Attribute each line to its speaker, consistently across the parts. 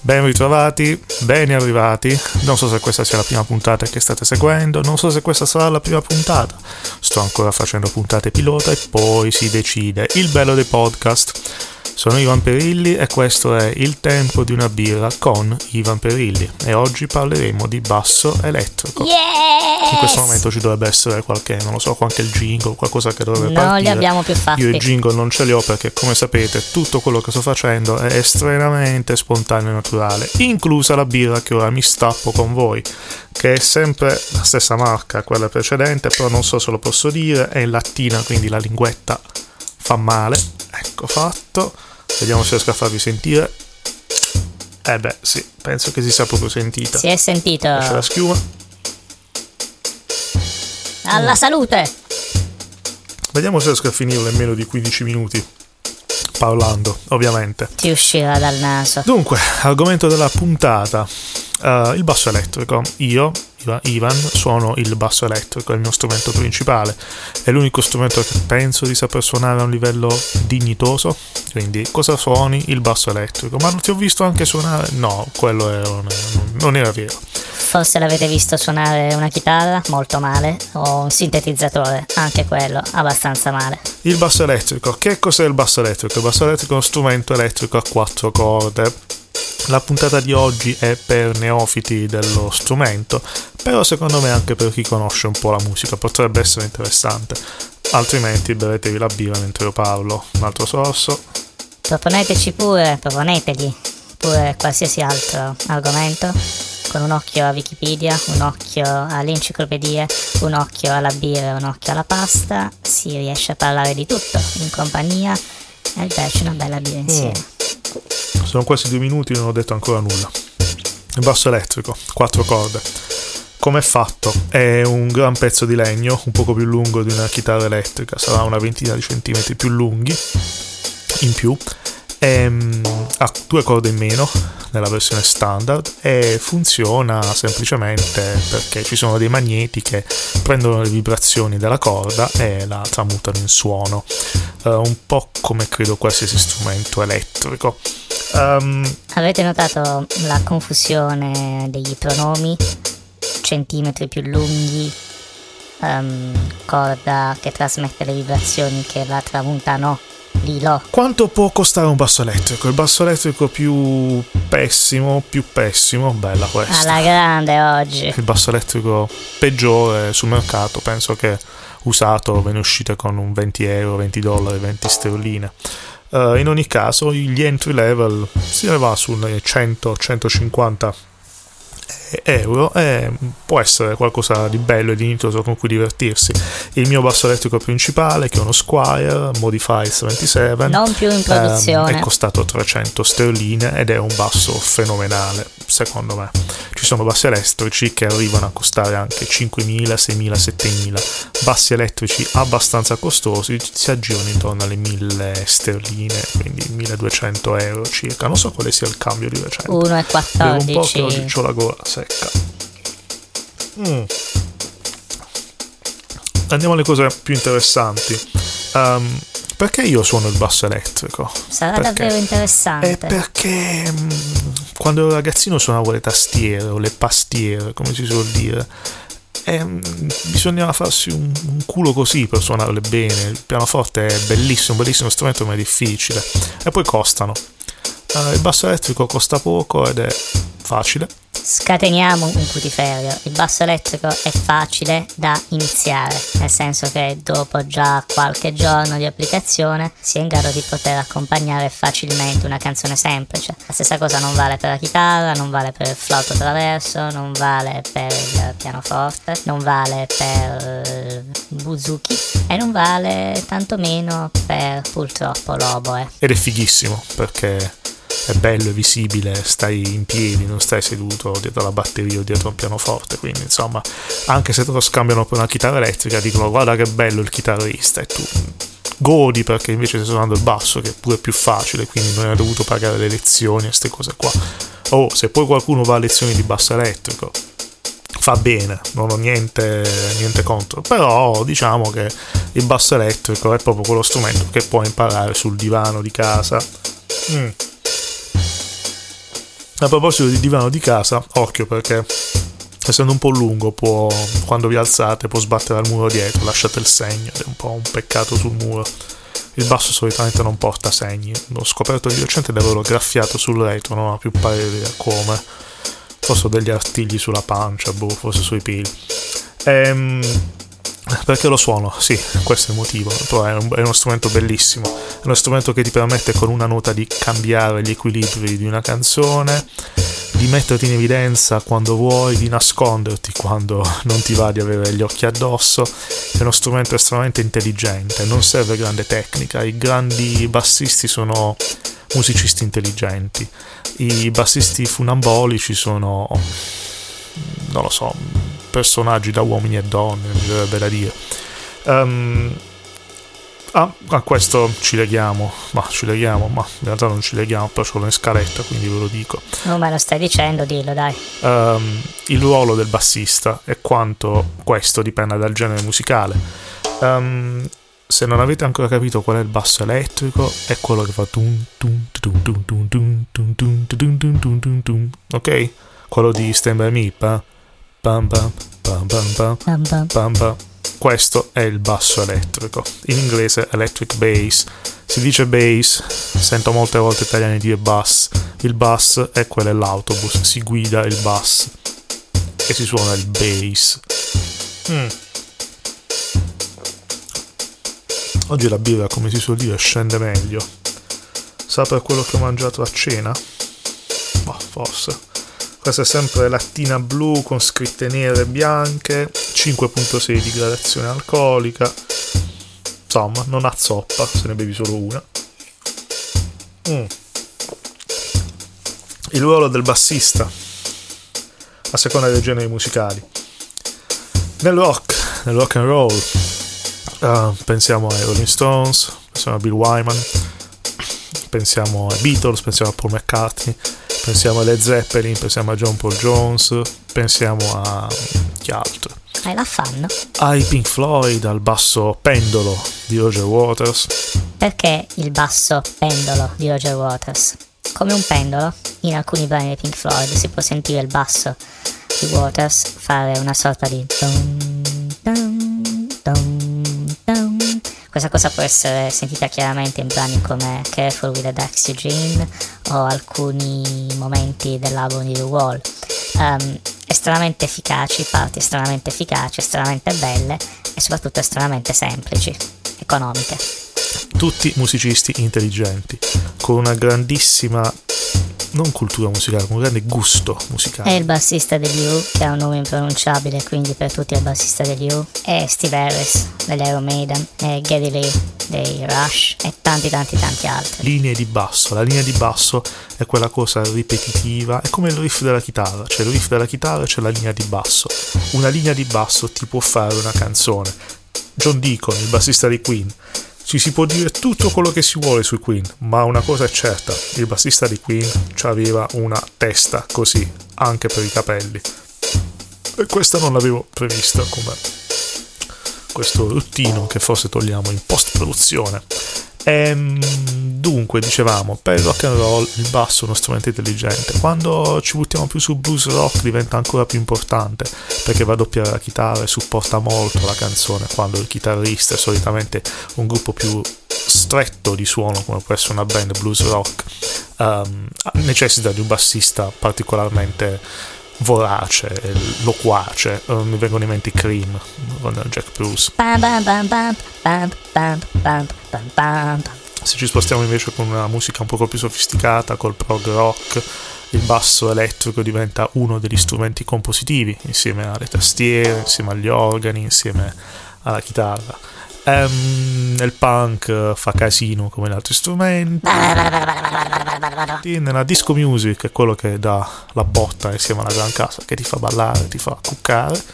Speaker 1: Ben ritrovati, ben arrivati. Non so se questa sia la prima puntata che state seguendo, non so se questa sarà la prima puntata. Sto ancora facendo puntate pilota e poi si decide. Il bello dei podcast. Sono Ivan Perilli e questo è Il tempo di una birra con Ivan Perilli e oggi parleremo di basso elettrico.
Speaker 2: Yes!
Speaker 1: In questo momento ci dovrebbe essere qualche, non lo so, qualche jingle, qualcosa che dovrebbe partire.
Speaker 2: Non li abbiamo più fatti.
Speaker 1: Io i jingle non ce li ho perché, come sapete, tutto quello che sto facendo è estremamente spontaneo e naturale, inclusa la birra che ora mi stappo con voi, che è sempre la stessa marca, quella precedente, però non so se lo posso dire, è in lattina, quindi la linguetta fa male. Ecco fatto. Vediamo se riesco a farvi sentire. Sì, penso che si sia proprio sentita.
Speaker 2: Si è sentito.
Speaker 1: Lascia la schiuma.
Speaker 2: Alla salute!
Speaker 1: Vediamo se riesco a finirlo in meno di 15 minuti. Parlando, ovviamente.
Speaker 2: Ti uscirà dal naso.
Speaker 1: Dunque, argomento della puntata. Il basso elettrico. Io, Ivan, suono il basso elettrico, è il mio strumento principale. È l'unico strumento che penso di saper suonare a un livello dignitoso. Quindi, cosa suoni? Il basso elettrico. Ma non ti ho visto anche suonare? No, quello non era vero.
Speaker 2: Forse l'avete visto suonare una chitarra? Molto male. O un sintetizzatore? Anche quello, abbastanza male.
Speaker 1: Il basso elettrico. Che cos'è il basso elettrico? Il basso elettrico è uno strumento elettrico a 4 corde. La puntata di oggi è per neofiti dello strumento, però secondo me anche per chi conosce un po' la musica potrebbe essere interessante. Altrimenti bevetevi la birra mentre io parlo. Un altro sorso.
Speaker 2: Proponeteci pure, proponetegli pure qualsiasi altro argomento, con un occhio a Wikipedia, un occhio all'enciclopedia, un occhio alla birra e un occhio alla pasta. Si riesce a parlare di tutto in compagnia e berci una bella birra insieme.
Speaker 1: Sono quasi 2 minuti e non ho detto ancora nulla. Il basso elettrico, 4 corde. Come è fatto? È un gran pezzo di legno, un poco più lungo di una chitarra elettrica, sarà una ventina di centimetri più lunghi, in più. Ha 2 corde in meno nella versione standard e funziona semplicemente perché ci sono dei magneti che prendono le vibrazioni della corda e la tramutano in suono, un po' come credo qualsiasi strumento elettrico.
Speaker 2: Avete notato la confusione degli pronomi? Centimetri più lunghi, corda che trasmette le vibrazioni che la tramutano. Lilo.
Speaker 1: Quanto può costare un basso elettrico? Il basso elettrico più pessimo, bella questa.
Speaker 2: Alla grande oggi.
Speaker 1: Il basso elettrico peggiore sul mercato, penso che usato ve ne uscite con un 20 euro, 20 dollari, 20 sterline. In ogni caso gli entry level si va sulle 100-150 euro e può essere qualcosa di bello e dignitoso con cui divertirsi. Il mio basso elettrico principale, che è uno Squier Modify 77,
Speaker 2: non più in produzione,
Speaker 1: è costato 300 sterline ed è un basso fenomenale secondo me. Ci sono bassi elettrici che arrivano a costare anche 5.000, 6.000, 7.000. Bassi elettrici abbastanza costosi si aggirano intorno alle 1.000 sterline, quindi 1.200 euro circa. Non so quale sia il cambio di recente.
Speaker 2: 1,14.
Speaker 1: Bevo un po' che oggi c'ho la gola secca. Andiamo alle cose più interessanti. Perché io suono il basso elettrico?
Speaker 2: Sarà davvero interessante.
Speaker 1: È perché quando ero ragazzino suonavo le tastiere o le pastiere, come si suol dire, e bisognava farsi un culo così per suonarle bene. Il pianoforte è bellissimo strumento, ma è difficile e poi costano. Il basso elettrico costa poco ed è facile.
Speaker 2: Scateniamo un putiferio. Il basso elettrico è facile da iniziare, nel senso che dopo già qualche giorno di applicazione si è in grado di poter accompagnare facilmente una canzone semplice. La stessa cosa non vale per la chitarra, non vale per il flauto traverso, non vale per il pianoforte, non vale per il buzuki e non vale tantomeno per purtroppo l'oboe.
Speaker 1: Ed è fighissimo perché è bello, è visibile, stai in piedi, non stai seduto dietro la batteria o dietro un pianoforte, quindi insomma anche se te lo scambiano per una chitarra elettrica dicono guarda che bello il chitarrista e tu godi perché invece stai suonando il basso che è pure più facile, quindi non hai dovuto pagare le lezioni e queste cose qua. Se poi qualcuno va a lezioni di basso elettrico fa bene, non ho niente contro, però diciamo che il basso elettrico è proprio quello strumento che puoi imparare sul divano di casa. A proposito di divano di casa, occhio perché essendo un po' lungo quando vi alzate può sbattere al muro dietro, lasciate il segno ed è un po' un peccato sul muro. Il basso solitamente non porta segni, l'ho scoperto di recente di averlo graffiato sul retro, non ho più parere come, forse ho degli artigli sulla pancia, forse sui pili. Perché lo suono? Sì, questo è il motivo, però è uno strumento bellissimo, è uno strumento che ti permette con una nota di cambiare gli equilibri di una canzone, di metterti in evidenza quando vuoi, di nasconderti quando non ti va di avere gli occhi addosso. È uno strumento estremamente intelligente, non serve grande tecnica, i grandi bassisti sono musicisti intelligenti, i bassisti funambolici sono, non lo so, personaggi da uomini e donne, mi verrebbe da dire. A questo ci leghiamo, ma in realtà non ci leghiamo, però ce l'ho in scaletta, quindi ve lo dico.
Speaker 2: Non me lo stai dicendo, dillo dai.
Speaker 1: Il ruolo del bassista e quanto questo dipenda dal genere musicale. Se non avete ancora capito qual è il basso elettrico, è quello che fa ok? Quello di Stand By Me, pam pam pam pam pam pam pam. Questo è il basso elettrico, in inglese electric bass. Si dice bass, sento molte volte italiani dire bus. Il bus è quello dell'autobus, si guida il bus e si suona il bass. Oggi la birra, come si suol dire, scende meglio. Sa per quello che ho mangiato a cena? Boh, forse. Questa è sempre lattina blu con scritte nere e bianche, 5.6 di gradazione alcolica. Insomma, non ha zoppa, se ne bevi solo una. Il ruolo del bassista, a seconda dei generi musicali. Nel rock and roll, pensiamo ai Rolling Stones, pensiamo a Bill Wyman, pensiamo ai Beatles, pensiamo a Paul McCartney, pensiamo a Led Zeppelin, pensiamo a John Paul Jones, pensiamo a chi altro?
Speaker 2: Hai l'affanno?
Speaker 1: Ai Pink Floyd, al basso pendolo di Roger Waters.
Speaker 2: Perché il basso pendolo di Roger Waters? Come un pendolo, in alcuni brani di Pink Floyd si può sentire il basso di Waters fare una sorta di Questa cosa può essere sentita chiaramente in brani come Careful with the Daxy Gene o alcuni momenti dell'album di The Wall. Estremamente efficaci, parti estremamente efficaci, estremamente belle e soprattutto estremamente semplici, economiche.
Speaker 1: Tutti musicisti intelligenti, con una grandissima, non cultura musicale, con un grande gusto musicale.
Speaker 2: E il bassista degli U, che ha un nome impronunciabile, quindi per tutti è il bassista degli U, e Steve Harris degli Iron Maiden, e Geddy Lee dei Rush, e tanti altri.
Speaker 1: Linee di basso, la linea di basso è quella cosa ripetitiva, è come il riff della chitarra, c'è il riff della chitarra e c'è la linea di basso. Una linea di basso ti può fare una canzone. John Deacon, il bassista di Queen, ci si può dire tutto quello che si vuole sui Queen, ma una cosa è certa, il bassista di Queen aveva una testa così, anche per i capelli. E questa non l'avevo prevista come questo ruttino che forse togliamo in post-produzione. Dunque, dicevamo, per il rock and roll il basso è uno strumento intelligente. Quando ci buttiamo più sul blues rock diventa ancora più importante, perché va a doppiare la chitarra e supporta molto la canzone, quando il chitarrista è solitamente un gruppo più stretto di suono, come può essere una band blues rock, necessita di un bassista particolarmente vorace, loquace. Mi vengono in mente i Cream con Jack Bruce. Se ci spostiamo invece con una musica un poco più sofisticata, col prog rock, il basso elettrico diventa uno degli strumenti compositivi, insieme alle tastiere, insieme agli organi, insieme alla chitarra. Nel punk fa casino come gli altri strumenti. Nella disco music è quello che dà la botta insieme alla gran casa, che ti fa ballare, ti fa cuccare.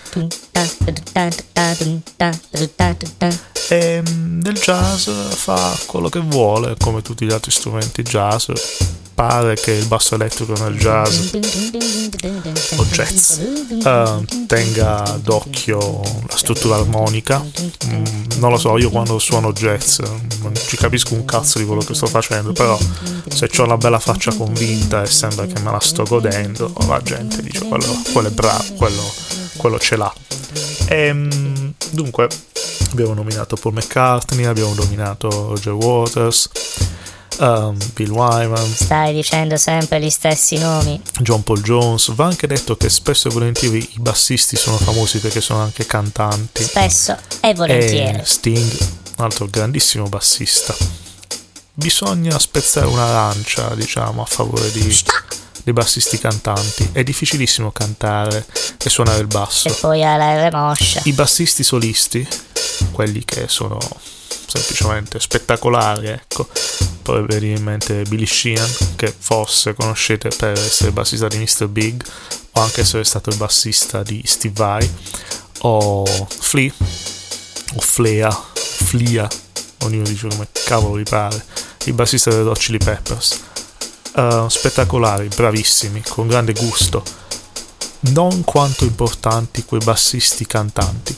Speaker 1: E nel jazz fa quello che vuole, come tutti gli altri strumenti jazz. pare che il basso elettrico nel jazz o jazz tenga d'occhio la struttura armonica. Non lo so, io quando suono jazz non ci capisco un cazzo di quello che sto facendo, però se ho una bella faccia convinta e sembra che me la sto godendo, la gente dice quello è bravo, quello ce l'ha. Dunque abbiamo nominato Paul McCartney, abbiamo nominato Roger Waters, Bill Wyman.
Speaker 2: Stai dicendo sempre gli stessi nomi.
Speaker 1: John Paul Jones. Va anche detto che spesso e volentieri i bassisti sono famosi perché sono anche cantanti.
Speaker 2: Spesso e volentieri.
Speaker 1: E Sting, un altro grandissimo bassista. Bisogna spezzare una lancia, diciamo, a favore dei bassisti cantanti. È difficilissimo cantare e suonare il basso.
Speaker 2: E poi alla R moscia.
Speaker 1: I bassisti solisti, quelli che sono semplicemente spettacolari, ecco. Poi venire in mente Billy Sheehan, che forse conoscete per essere il bassista di Mr. Big o anche essere stato il bassista di Steve Vai, o Flea o Flea, ognuno dice come cavolo gli pare, il bassista dei Red Hot Chili Peppers. Spettacolari, bravissimi, con grande gusto. Non quanto importanti quei bassisti cantanti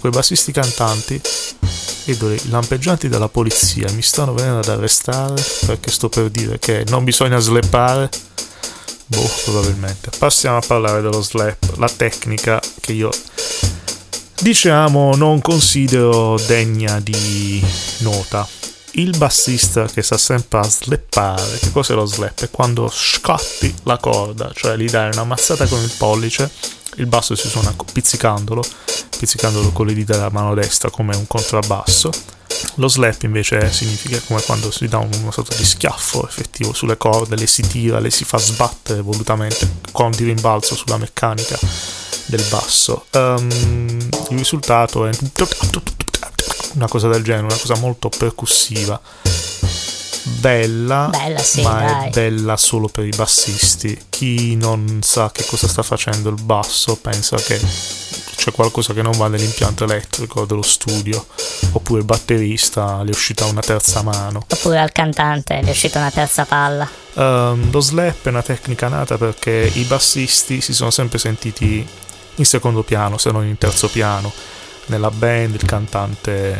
Speaker 1: vedo i lampeggianti della polizia mi stanno venendo ad arrestare perché sto per dire che non bisogna slappare. Probabilmente. Passiamo a parlare dello slap, la tecnica che io diciamo non considero degna di nota. Il bassista che sa sempre a slappare, che cos'è lo slap? È quando scatti la corda, cioè gli dai una mazzata con il pollice, il basso si suona pizzicandolo con le dita della mano destra come un contrabbasso. Lo slap invece significa come quando si dà una sorta di schiaffo effettivo sulle corde, le si tira, le si fa sbattere volutamente con di rimbalzo sulla meccanica del basso. Il risultato è una cosa del genere, una cosa molto percussiva, bella
Speaker 2: sì,
Speaker 1: ma
Speaker 2: dai.
Speaker 1: È bella solo per i bassisti. Chi non sa che cosa sta facendo il basso pensa che c'è qualcosa che non va nell'impianto elettrico dello studio, oppure il batterista gli è uscita una terza mano,
Speaker 2: oppure al cantante gli è uscita una terza palla.
Speaker 1: Lo slap è una tecnica nata perché i bassisti si sono sempre sentiti in secondo piano, se non in terzo piano. Nella band il cantante,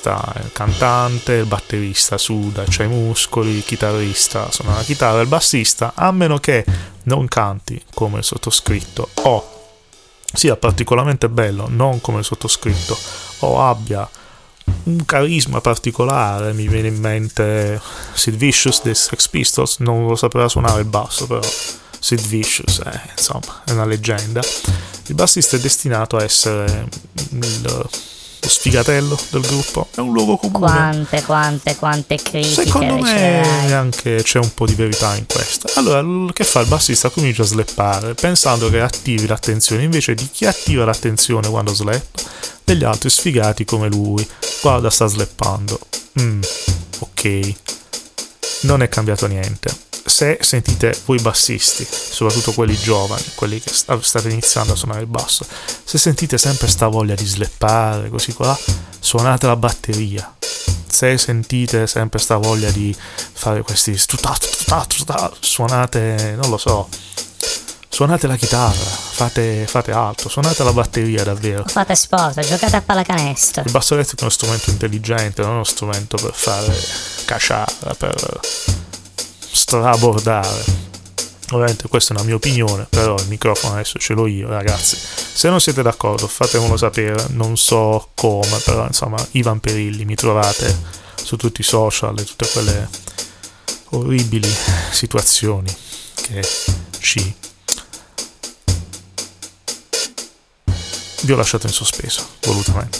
Speaker 1: il batterista suda, c'ha i muscoli, il chitarrista suona la chitarra, il bassista, a meno che non canti come il sottoscritto o sia particolarmente bello, non come il sottoscritto, o abbia un carisma particolare. Mi viene in mente Sid Vicious dei Sex Pistols, non lo saprà suonare il basso, però Sid Vicious insomma è una leggenda. Il bassista è destinato a essere lo sfigatello del gruppo, è un luogo comune.
Speaker 2: Quante critiche.
Speaker 1: Secondo me anche c'è un po' di verità in questo. Allora, che fa il bassista? Comincia a slappare pensando che attivi l'attenzione, invece di chi attiva l'attenzione quando slappa, degli altri sfigati come lui. Guarda, sta slappando. Ok, non è cambiato niente. Se sentite voi bassisti, soprattutto quelli giovani, quelli che state iniziando a suonare il basso, se sentite sempre sta voglia di slappare così qua, suonate la batteria. Se sentite sempre sta voglia di fare questi suonate, non lo so, suonate la chitarra, fate altro, suonate la batteria davvero.
Speaker 2: Fate sport, giocate a pallacanestro.
Speaker 1: Il basso elettrico è uno strumento intelligente, non è uno strumento per fare cacciara, per strabordare. Ovviamente questa è una mia opinione, però il microfono adesso ce l'ho io, ragazzi. Se non siete d'accordo fatemelo sapere, non so come, però insomma Ivan Perilli, mi trovate su tutti i social e tutte quelle orribili situazioni che vi ho lasciato in sospeso volutamente.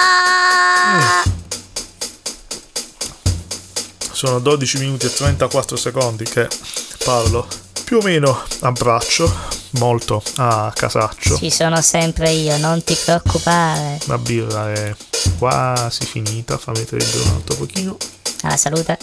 Speaker 1: Sono 12 minuti e 34 secondi che parlo più o meno a braccio, molto a casaccio.
Speaker 2: Ci sono sempre io, non ti preoccupare.
Speaker 1: La birra è quasi finita, fammi prendere un altro pochino.
Speaker 2: Alla salute.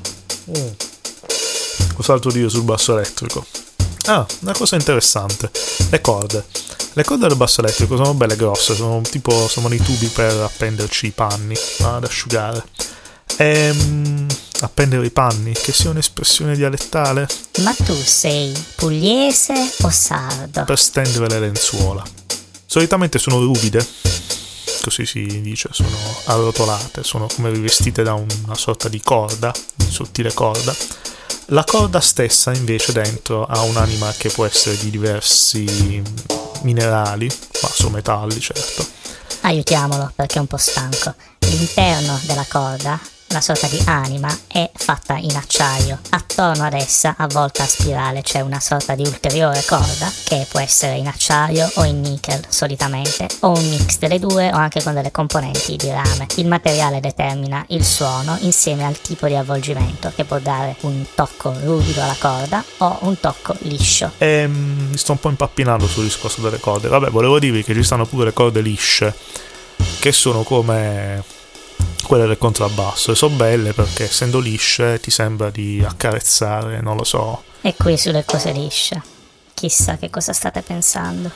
Speaker 1: Cos'altro dire sul basso elettrico? Una cosa interessante, le corde del basso elettrico sono belle grosse, sono dei tubi per appenderci i panni ad asciugare. appendere i panni, che sia un'espressione dialettale.
Speaker 2: Ma tu sei pugliese o sardo?
Speaker 1: Per stendere le lenzuola. Solitamente sono ruvide, così si dice, sono arrotolate, sono come rivestite da una sorta di corda, di sottile corda. La corda stessa invece dentro ha un'anima che può essere di diversi minerali, ma sono metalli certo.
Speaker 2: Aiutiamolo perché è un po' stanco. L'interno della corda, la sorta di anima, è fatta in acciaio. Attorno ad essa, avvolta a spirale, c'è una sorta di ulteriore corda che può essere in acciaio o in nickel solitamente, o un mix delle due o anche con delle componenti di rame. Il materiale determina il suono insieme al tipo di avvolgimento, che può dare un tocco ruvido alla corda o un tocco liscio.
Speaker 1: Mi sto un po' impappinando sul discorso delle corde. Vabbè, volevo dirvi che ci stanno pure le corde lisce, che sono come quelle del contrabbasso, e sono belle perché essendo lisce ti sembra di accarezzare, non lo so.
Speaker 2: E qui sulle cose lisce, chissà che cosa state pensando.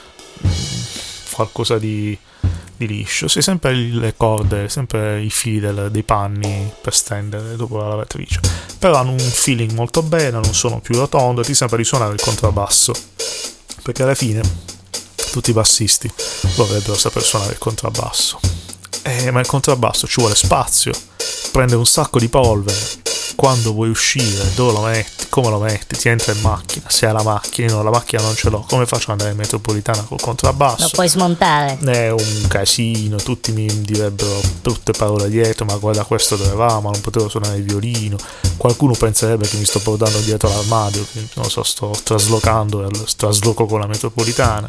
Speaker 1: Qualcosa di liscio. Sì, sempre le corde, sempre i fili dei panni per stendere dopo la lavatrice. Però hanno un feeling molto bene, non sono più rotondo, ti sembra di suonare il contrabbasso. Perché alla fine tutti i bassisti dovrebbero saper suonare il contrabbasso. Ma il contrabbasso ci vuole spazio, prende un sacco di polvere. Quando vuoi uscire, dove lo metti, come lo metti, ti entra in macchina, se hai la macchina, no, la macchina non ce l'ho, come faccio ad andare in metropolitana col contrabbasso?
Speaker 2: Lo puoi smontare.
Speaker 1: È un casino, tutti mi direbbero brutte parole dietro, ma guarda questo dove va, ma non potevo suonare il violino. Qualcuno penserebbe che mi sto portando dietro l'armadio, che non so, sto traslocando, trasloco con la metropolitana.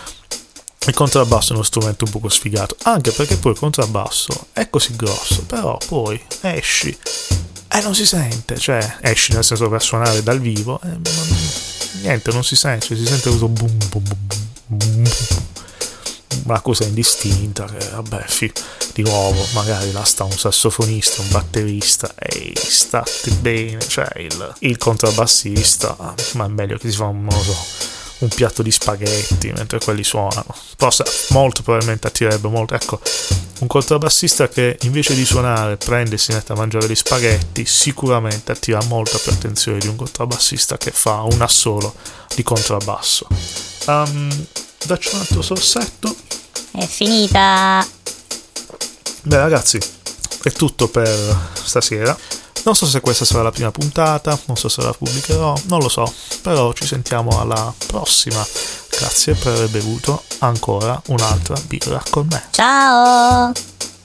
Speaker 1: Il contrabbasso è uno strumento un poco sfigato, anche perché poi il contrabbasso è così grosso, però poi esci e non si sente, cioè esci nel senso per suonare dal vivo, niente, non si sente, si sente questo boom boom boom, una cosa indistinta che vabbè, di nuovo magari là sta un sassofonista, un batterista, ehi, state bene, cioè il contrabbassista, ma è meglio che si fa non lo so, un piatto di spaghetti mentre quelli suonano. Molto probabilmente attirerebbe molto. Ecco, un contrabbassista che invece di suonare prende e si mette a mangiare gli spaghetti sicuramente attira molta più attenzione di un contrabbassista che fa un assolo di contrabbasso. Dacci un altro sorsetto.
Speaker 2: È finita.
Speaker 1: Beh ragazzi, è tutto per stasera. Non so se questa sarà la prima puntata, non so se la pubblicherò, non lo so, però ci sentiamo alla prossima. Grazie per aver bevuto ancora un'altra birra con me.
Speaker 2: Ciao!